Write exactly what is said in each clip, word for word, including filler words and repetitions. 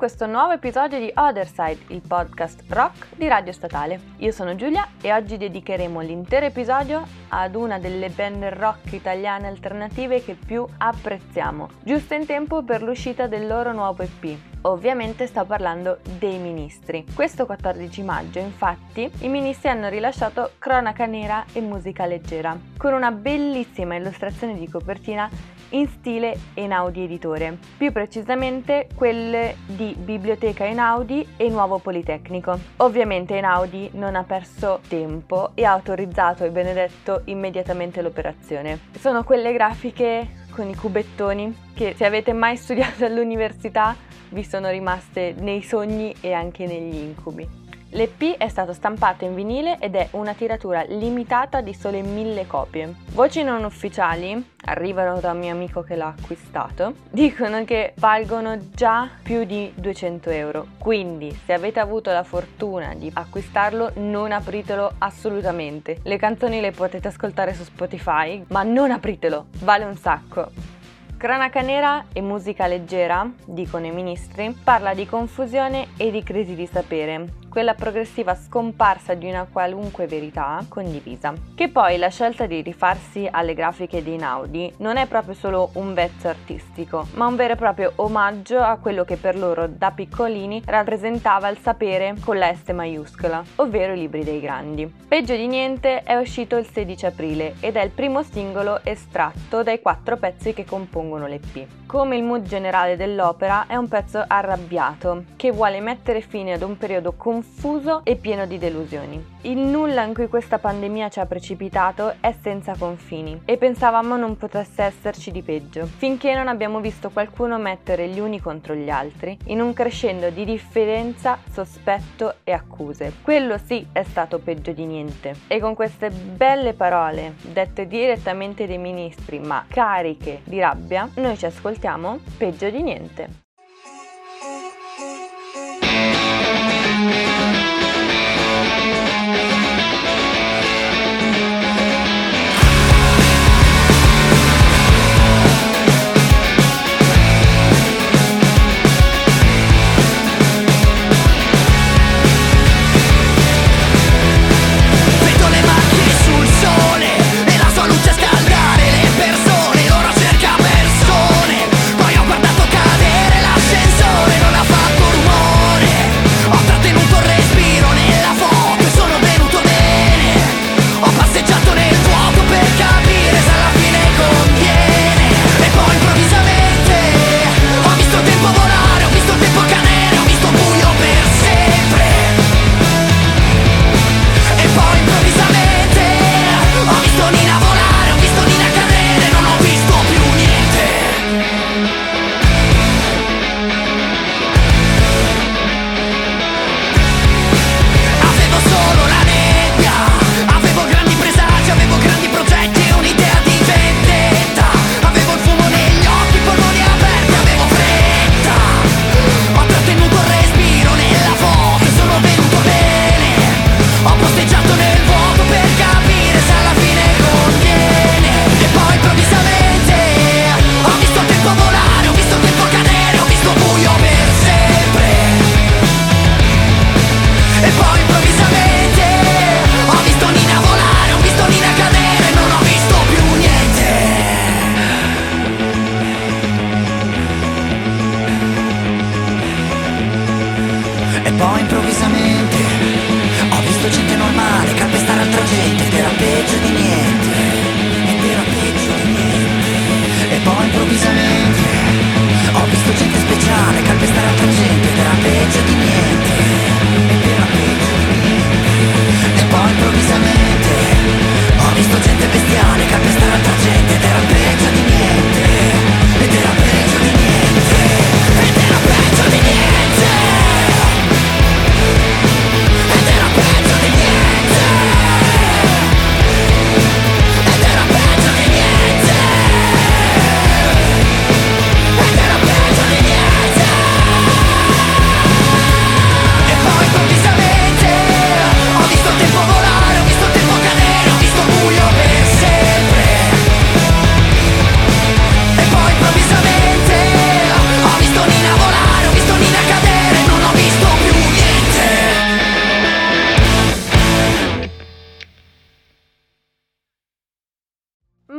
questo nuovo episodio di Other Side, il podcast rock di Radio Statale. Io sono Giulia e oggi dedicheremo l'intero episodio ad una delle band rock italiane alternative che più apprezziamo, giusto in tempo per l'uscita del loro nuovo E P. Ovviamente sto parlando dei Ministri. Questo quattordici maggio, infatti, i Ministri hanno rilasciato Cronaca Nera e Musica Leggera, con una bellissima illustrazione di copertina in stile Einaudi editore, più precisamente quelle di Biblioteca Einaudi e Nuovo Politecnico. Ovviamente Einaudi non ha perso tempo e ha autorizzato e benedetto immediatamente l'operazione. Sono quelle grafiche con i cubettoni che, se avete mai studiato all'università, vi sono rimaste nei sogni e anche negli incubi. L'E P è stato stampato in vinile ed è una tiratura limitata di sole mille copie. Voci non ufficiali, arrivano da un mio amico che l'ha acquistato, dicono che valgono già più di duecento euro. Quindi, se avete avuto la fortuna di acquistarlo, non apritelo assolutamente. Le canzoni le potete ascoltare su Spotify, ma non apritelo, vale un sacco. Cronaca Nera e Musica Leggera, dicono i Ministri, parla di confusione e di crisi di sapere, quella progressiva scomparsa di una qualunque verità condivisa. Che poi la scelta di rifarsi alle grafiche di Einaudi non è proprio solo un vezzo artistico, ma un vero e proprio omaggio a quello che per loro da piccolini rappresentava il sapere con la S maiuscola, ovvero i libri dei grandi. Peggio di niente è uscito il sedici aprile ed è il primo singolo estratto dai quattro pezzi che compongono l'E P. Come il mood generale dell'opera, è un pezzo arrabbiato che vuole mettere fine ad un periodo confuso e pieno di delusioni. Il nulla in cui questa pandemia ci ha precipitato è senza confini e pensavamo non potesse esserci di peggio, finché non abbiamo visto qualcuno mettere gli uni contro gli altri in un crescendo di diffidenza, sospetto e accuse. Quello sì è stato peggio di niente. E con queste belle parole, dette direttamente dai Ministri ma cariche di rabbia, noi ci ascoltiamo Peggio di niente. Scaldare le persone, loro cerca persone. Poi ho guardato cadere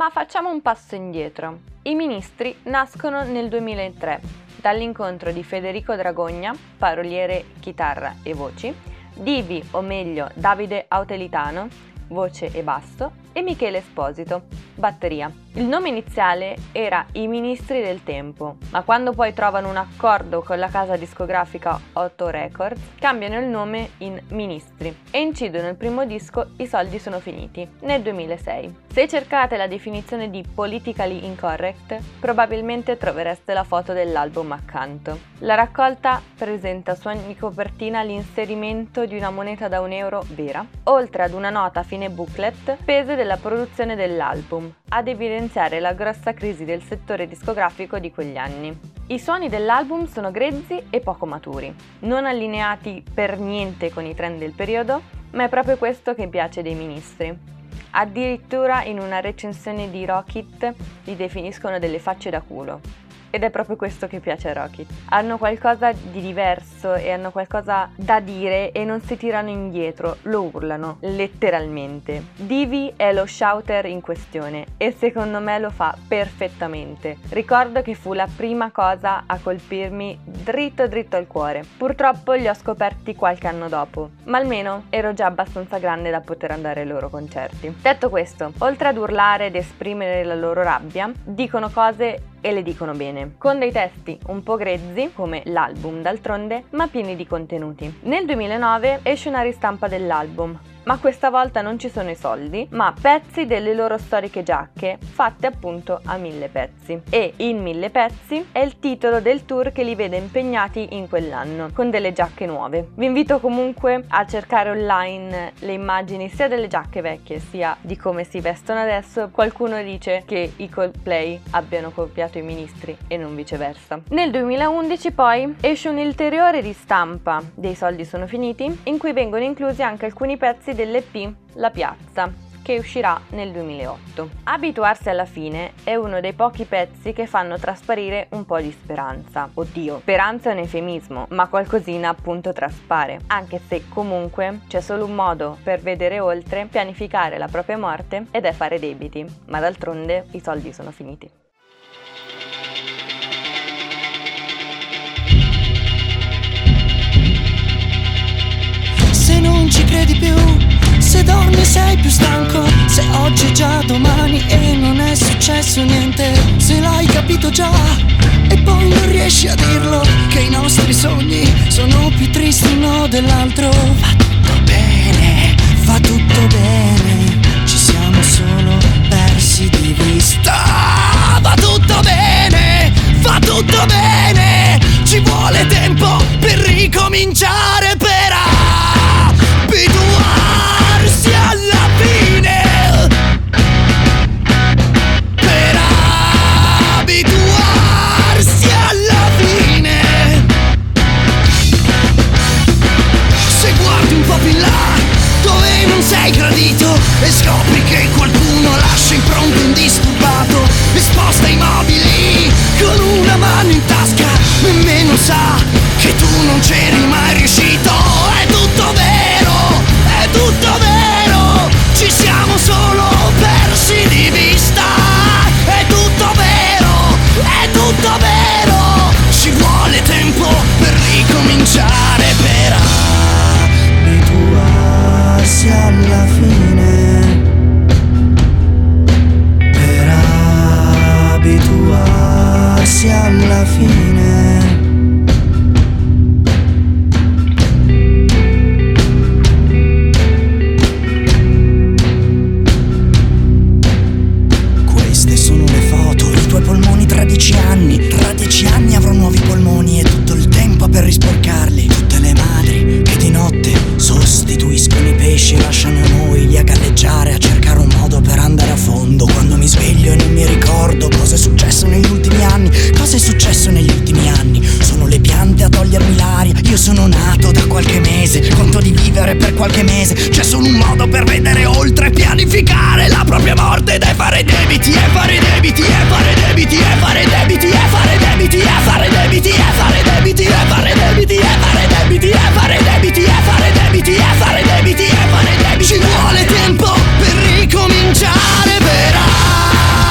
Ma facciamo un passo indietro. I ministri nascono nel duemilatré dall'incontro di Federico Dragogna, paroliere, chitarra e voci, Divi, o meglio Davide Autelitano, voce e basso, e Michele Esposito, batteria. Il nome iniziale era I Ministri del Tempo, ma quando poi trovano un accordo con la casa discografica Otto Records, cambiano il nome in Ministri e incidono il primo disco I soldi sono finiti, nel duemilasei. Se cercate la definizione di politically incorrect, probabilmente trovereste la foto dell'album accanto. La raccolta presenta su ogni copertina l'inserimento di una moneta da un euro vera, oltre ad una nota a fine booklet, pese della produzione dell'album, ad evidenziare la grossa crisi del settore discografico di quegli anni. I suoni dell'album sono grezzi e poco maturi, non allineati per niente con i trend del periodo, ma è proprio questo che piace dei Ministri. Addirittura in una recensione di Rockit li definiscono delle facce da culo. Ed è proprio questo che piace a Rockit. Hanno qualcosa di diverso e hanno qualcosa da dire e non si tirano indietro, lo urlano, letteralmente. Divi è lo shouter in questione e secondo me lo fa perfettamente. Ricordo che fu la prima cosa a colpirmi dritto dritto al cuore. Purtroppo li ho scoperti qualche anno dopo, ma almeno ero già abbastanza grande da poter andare ai loro concerti. Detto questo, oltre ad urlare ed esprimere la loro rabbia, dicono cose e le dicono bene, con dei testi un po' grezzi, come l'album d'altronde, ma pieni di contenuti. Nel duemilanove esce una ristampa dell'album, ma questa volta non ci sono i soldi, ma pezzi delle loro storiche giacche, fatte appunto a mille pezzi. E In mille pezzi è il titolo del tour che li vede impegnati in quell'anno, con delle giacche nuove. Vi invito comunque a cercare online le immagini sia delle giacche vecchie, sia di come si vestono adesso. Qualcuno dice che i Coldplay abbiano copiato i Ministri e non viceversa. Nel duemilaundici poi esce un'ulteriore ristampa dei soldi sono finiti, in cui vengono inclusi anche alcuni pezzi dell'E P La Piazza, che uscirà nel duemilaotto. Abituarsi alla fine è uno dei pochi pezzi che fanno trasparire un po' di speranza. Oddio, speranza è un eufemismo, ma qualcosina appunto traspare, anche se comunque c'è solo un modo per vedere oltre, pianificare la propria morte, ed è fare debiti, ma d'altronde i soldi sono finiti. Se non ci credi più, se dormi sei più stanco, se oggi è già domani e non è successo niente, se l'hai capito già e poi non riesci a dirlo, che i nostri sogni sono più tristi uno dell'altro. Va tutto bene, va tutto bene, ci siamo solo persi di vista. Va tutto bene, va tutto bene, ci vuole tempo per ricominciare, per abituarsi alla fine, per abituarsi alla fine. Se guardi un po' più in là, dove non sei gradito, e scopri che qualcuno lascia impronte indisturbato, esposta ai mobili con una mano in tasca, nemmeno sa che tu non c'eri mai riuscito. È tutto vero, è tutto vero, ci siamo solo persi di vista. È tutto vero, è tutto vero, ci vuole tempo per ricominciare, per abituarsi alla fine, per abituarsi alla fine. Tra dieci anni, tra dieci anni avrò nuovi polmoni e tutto il tempo per risporcarli. Tutte le madri che di notte sostituiscono i pesci e lasciano noi lì a galleggiare, a cercare un modo per andare a fondo. Quando mi sveglio e non mi ricordo cosa è successo negli ultimi anni. Cosa è successo negli ultimi anni? Sono le piante a togliermi l'aria. Io sono nato da qualche mese, conto di vivere per qualche mese. C'è solo un modo per vedere oltre, pianificare la propria morte, ed è fare debiti, e fare debiti, e fare debiti, e fare debiti, e fare debiti, e fare debiti, e fare debiti, e fare debiti, e fare debiti, e fare debiti, e fare debiti, e fare debiti, e fare debiti. Ci vuole tempo per ricominciare, per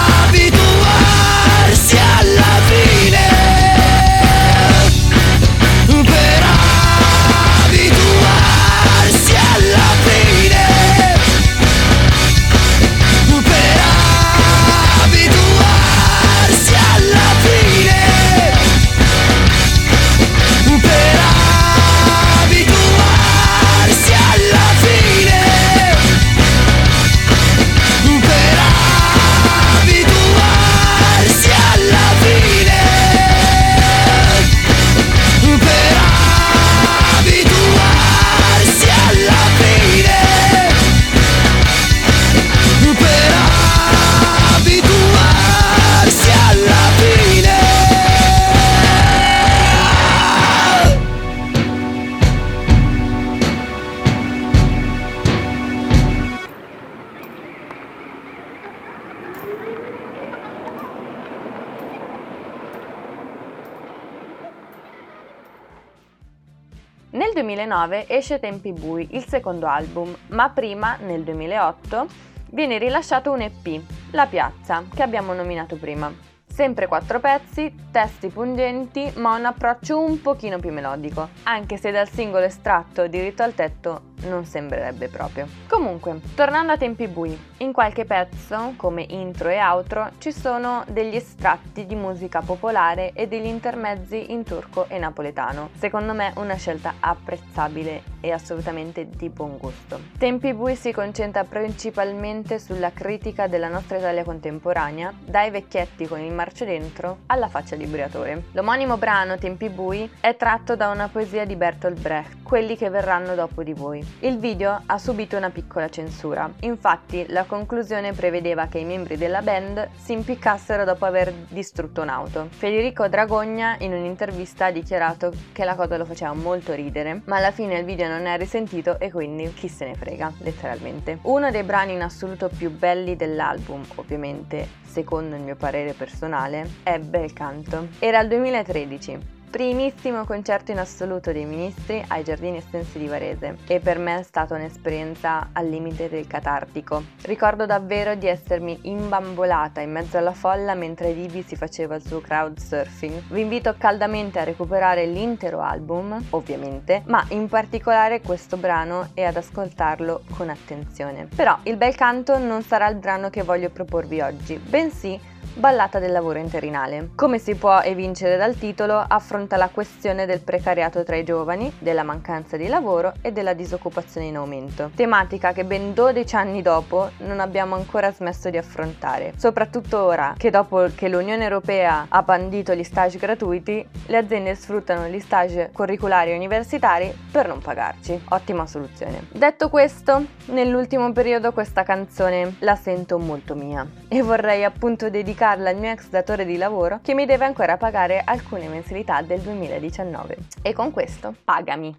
duemilanove esce Tempi Bui, il secondo album, ma prima, nel duemilaotto, viene rilasciato un E P, La Piazza, che abbiamo nominato prima. Sempre quattro pezzi, testi pungenti, ma un approccio un pochino più melodico, anche se dal singolo estratto Diritto al tetto non sembrerebbe proprio. Comunque, tornando a Tempi Bui, in qualche pezzo, come intro e outro, ci sono degli estratti di musica popolare e degli intermezzi in turco e napoletano. Secondo me una scelta apprezzabile e assolutamente di buon gusto. Tempi Bui si concentra principalmente sulla critica della nostra Italia contemporanea, dai vecchietti con il marcio dentro alla faccia di Briatore. L'omonimo brano Tempi Bui è tratto da una poesia di Bertolt Brecht, Quelli che verranno dopo di voi. Il video ha subito una piccola censura, infatti la conclusione prevedeva che i membri della band si impiccassero dopo aver distrutto un'auto. Federico Dragogna in un'intervista ha dichiarato che la cosa lo faceva molto ridere, ma alla fine il video non è risentito e quindi chi se ne frega, letteralmente. Uno dei brani in assoluto più belli dell'album, ovviamente, secondo il mio parere personale, è Bel Canto. Era il duemilatredici. Primissimo concerto in assoluto dei Ministri ai Giardini Estensi di Varese e per me è stata un'esperienza al limite del catartico. Ricordo davvero di essermi imbambolata in mezzo alla folla mentre Divi si faceva il suo crowd surfing. Vi invito caldamente a recuperare l'intero album, ovviamente, ma in particolare questo brano e ad ascoltarlo con attenzione. Però il Bel Canto non sarà il brano che voglio proporvi oggi, bensì Ballata del lavoro interinale. Come si può evincere dal titolo, affronta la questione del precariato tra i giovani, della mancanza di lavoro e della disoccupazione in aumento. Tematica che ben dodici anni dopo non abbiamo ancora smesso di affrontare, soprattutto ora che dopo che l'Unione Europea ha bandito gli stage gratuiti, le aziende sfruttano gli stage curriculari e universitari per non pagarci. Ottima soluzione. Detto questo, nell'ultimo periodo questa canzone la sento molto mia e vorrei appunto dedicare al mio ex datore di lavoro che mi deve ancora pagare alcune mensilità del duemiladiciannove. E con questo, pagami!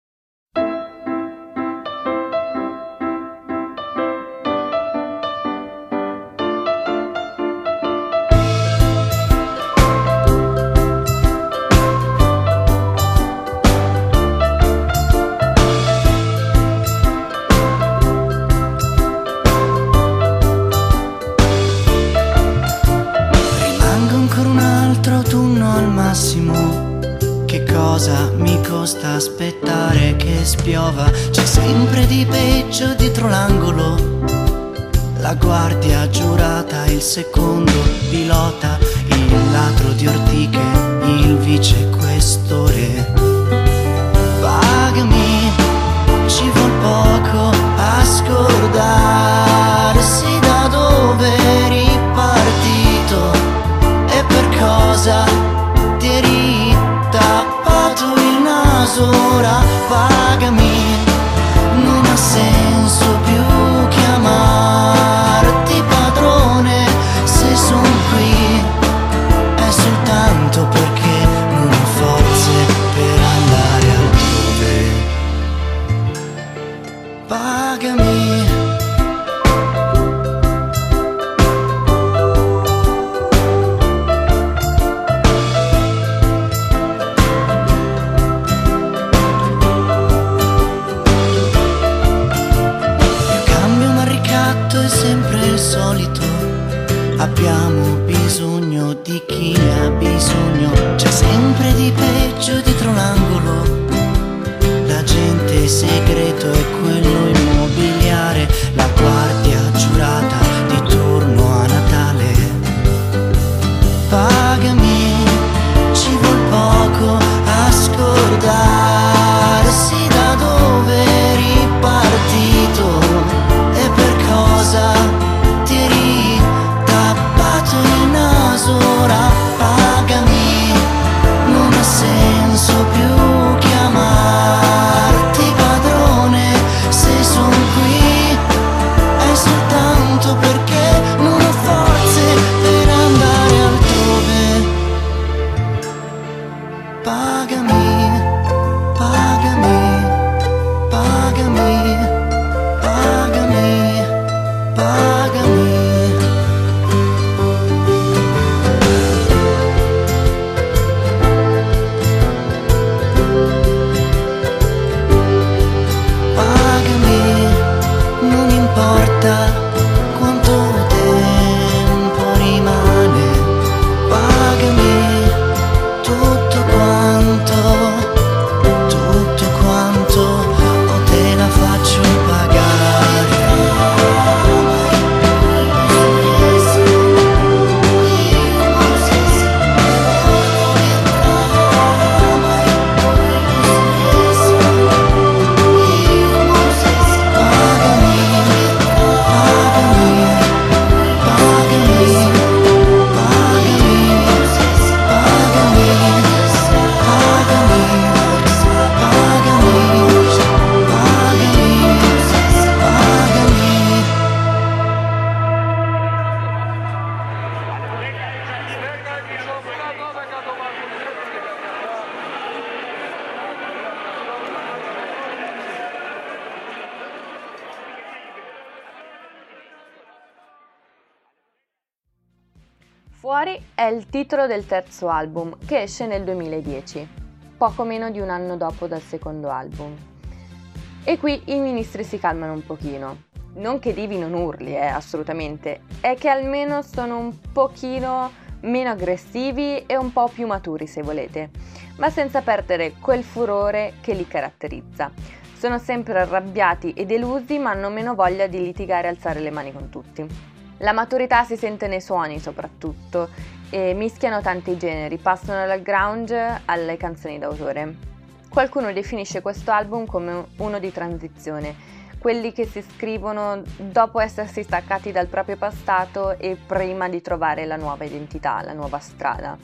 Che cosa mi costa aspettare che spiova? C'è sempre di peggio dietro l'angolo. La guardia giurata, il secondo pilota, il ladro di ortiche, il vicequestore. Pagami, ci vuol poco a scordarsi da dove eri partito e per cosa ti eri tappato il naso. Ora pagami, non ha senso più chiamarti padrone. Se son qui è soltanto perché non ho forze per andare altrove. Pagami. Abbiamo bisogno di chi ne ha bisogno. C'è sempre di peggio dietro l'angolo. L'agente segreto è quello immobiliare. La guardia giurata di turno a Natale. Pagami, ci vuol poco a scordarsi da dove eri partito e per cosa ti eri tappato il naso. Ora guarda quanto tempo rimane, pagami tutto quanto, tutto quanto, o te la faccio pagare. Fuori è il titolo del terzo album, che esce nel duemiladieci, poco meno di un anno dopo dal secondo album. E qui i ministri si calmano un pochino. Non che Divi non urli, eh, assolutamente, è che almeno sono un pochino meno aggressivi e un po' più maturi, se volete, ma senza perdere quel furore che li caratterizza. Sono sempre arrabbiati e delusi, ma hanno meno voglia di litigare e alzare le mani con tutti. La maturità si sente nei suoni soprattutto, e mischiano tanti generi, passano dal grunge alle canzoni d'autore. Qualcuno definisce questo album come uno di transizione, quelli che si scrivono dopo essersi staccati dal proprio passato e prima di trovare la nuova identità, la nuova strada.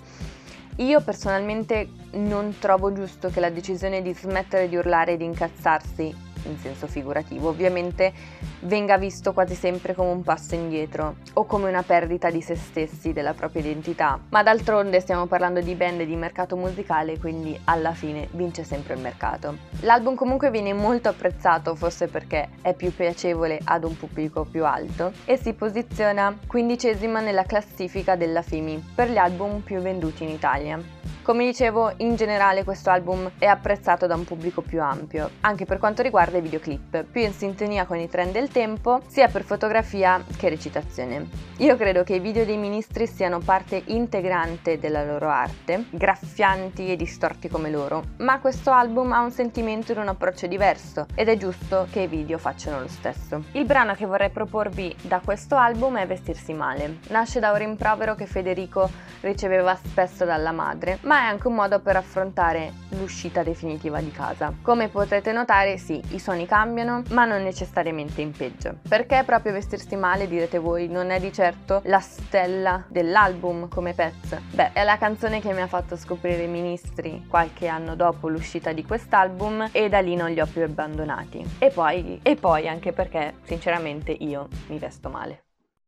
Io personalmente non trovo giusto che la decisione di smettere di urlare e di incazzarsi, in senso figurativo ovviamente, venga visto quasi sempre come un passo indietro o come una perdita di se stessi, della propria identità, ma d'altronde stiamo parlando di band e di mercato musicale, quindi alla fine vince sempre il mercato. L'album comunque viene molto apprezzato, forse perché è più piacevole ad un pubblico più alto, e si posiziona quindicesima nella classifica della F I M I per gli album più venduti in Italia. Come dicevo, in generale questo album è apprezzato da un pubblico più ampio, anche per quanto riguarda i videoclip, più in sintonia con i trend del tempo, sia per fotografia che recitazione. Io credo che i video dei ministri siano parte integrante della loro arte, graffianti e distorti come loro, ma questo album ha un sentimento ed un approccio diverso, ed è giusto che i video facciano lo stesso. Il brano che vorrei proporvi da questo album è Vestirsi male. Nasce da un rimprovero che Federico riceveva spesso dalla madre, ma è anche un modo per affrontare l'uscita definitiva di casa. Come potrete notare, sì, i suoni cambiano, ma non necessariamente in peggio. Perché proprio Vestirsi male, direte voi, non è di certo la stella dell'album come pezzo? Beh, è la canzone che mi ha fatto scoprire i ministri qualche anno dopo l'uscita di quest'album, e da lì non li ho più abbandonati. E poi, e poi anche perché, sinceramente, io mi vesto male.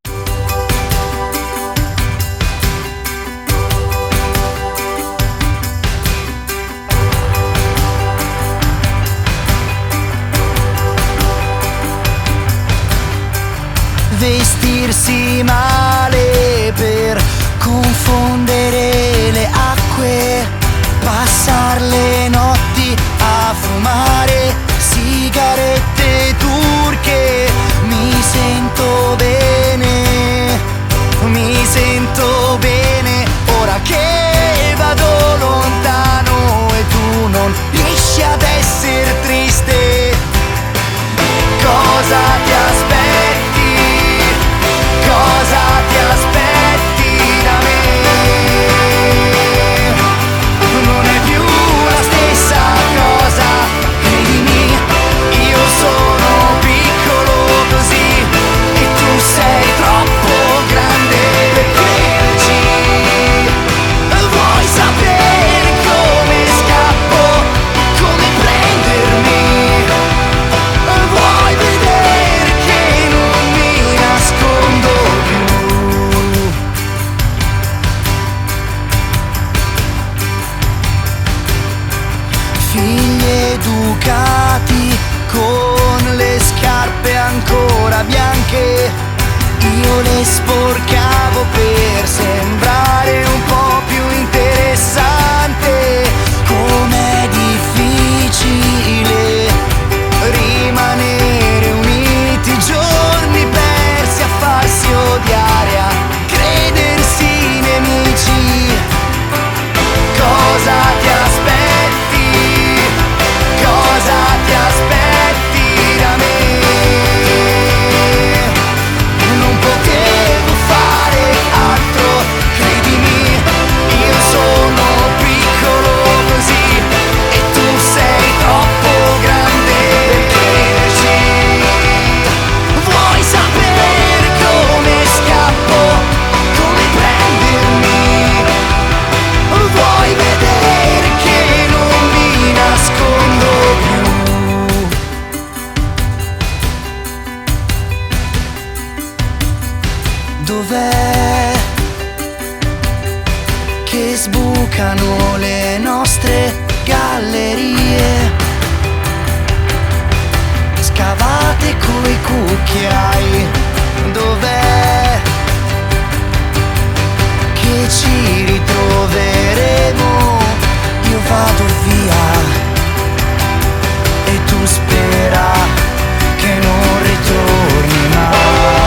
Vestirsi male per confondere le acque, passar le notti a fumare sigarette turche. Mi sento bene, mi sento bene ora che vado lontano e tu non riesci ad essere triste. Cosa ti aspetti? Cosa ti aspetti da me? Non è più la stessa cosa, credimi, io sono piccolo così e tu sei troppo grande per crederci. Vuoi sapere come scappo, come prendermi? Vuoi vedere che non mi nascondo? Figli educati con le scarpe ancora bianche, io le sporcavo per sembrare un po' più interessante. Com'è difficile rimanere uniti giorni per Dov'è che sbucano le nostre gallerie, scavate coi cucchiai? Dov'è che ci ritroveremo? Io vado via e tu spera che non ritorni mai.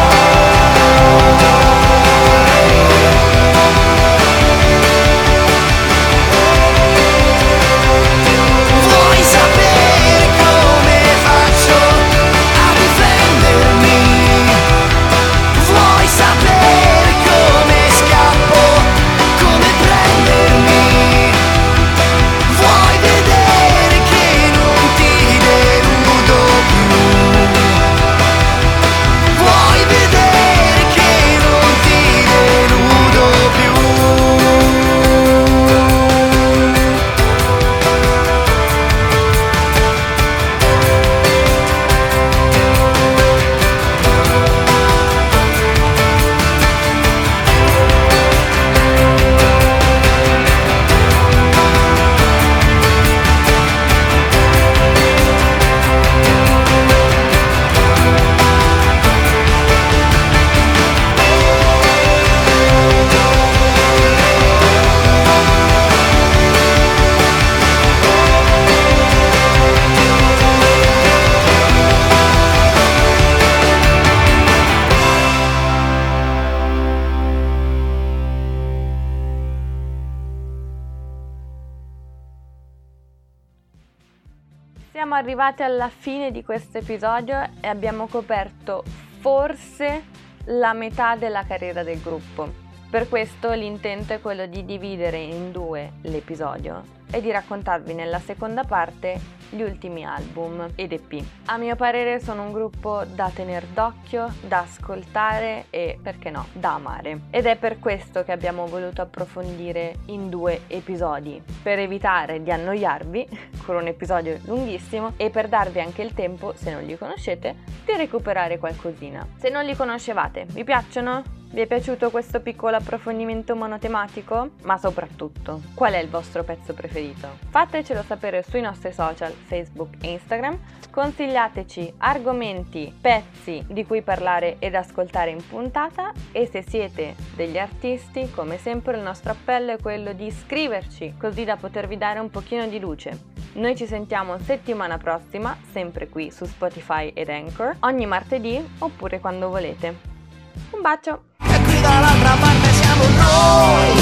Vuoi sapere come faccio a difendermi? Vuoi sapere come scappo, come prendermi? Vuoi vedere che non ti deludo più? Vuoi vedere che non ti deludo più? Siamo arrivati alla fine di questo episodio e abbiamo coperto forse la metà della carriera del gruppo. Per questo l'intento è quello di dividere in due l'episodio e di raccontarvi nella seconda parte gli ultimi album ed E P. A mio parere sono un gruppo da tener d'occhio, da ascoltare e, perché no, da amare. Ed è per questo che abbiamo voluto approfondire in due episodi, per evitare di annoiarvi con un episodio lunghissimo e per darvi anche il tempo, se non li conoscete, di recuperare qualcosina. Se non li conoscevate, vi piacciono? Vi è piaciuto questo piccolo approfondimento monotematico? Ma soprattutto, qual è il vostro pezzo preferito? Fatecelo sapere sui nostri social, Facebook e Instagram. Consigliateci argomenti, pezzi di cui parlare ed ascoltare in puntata e se siete degli artisti, come sempre il nostro appello è quello di iscriverci, così da potervi dare un pochino di luce. Noi ci sentiamo settimana prossima, sempre qui su Spotify ed Anchor, ogni martedì oppure quando volete. Un bacio! E qui dall'altra parte siamo noi.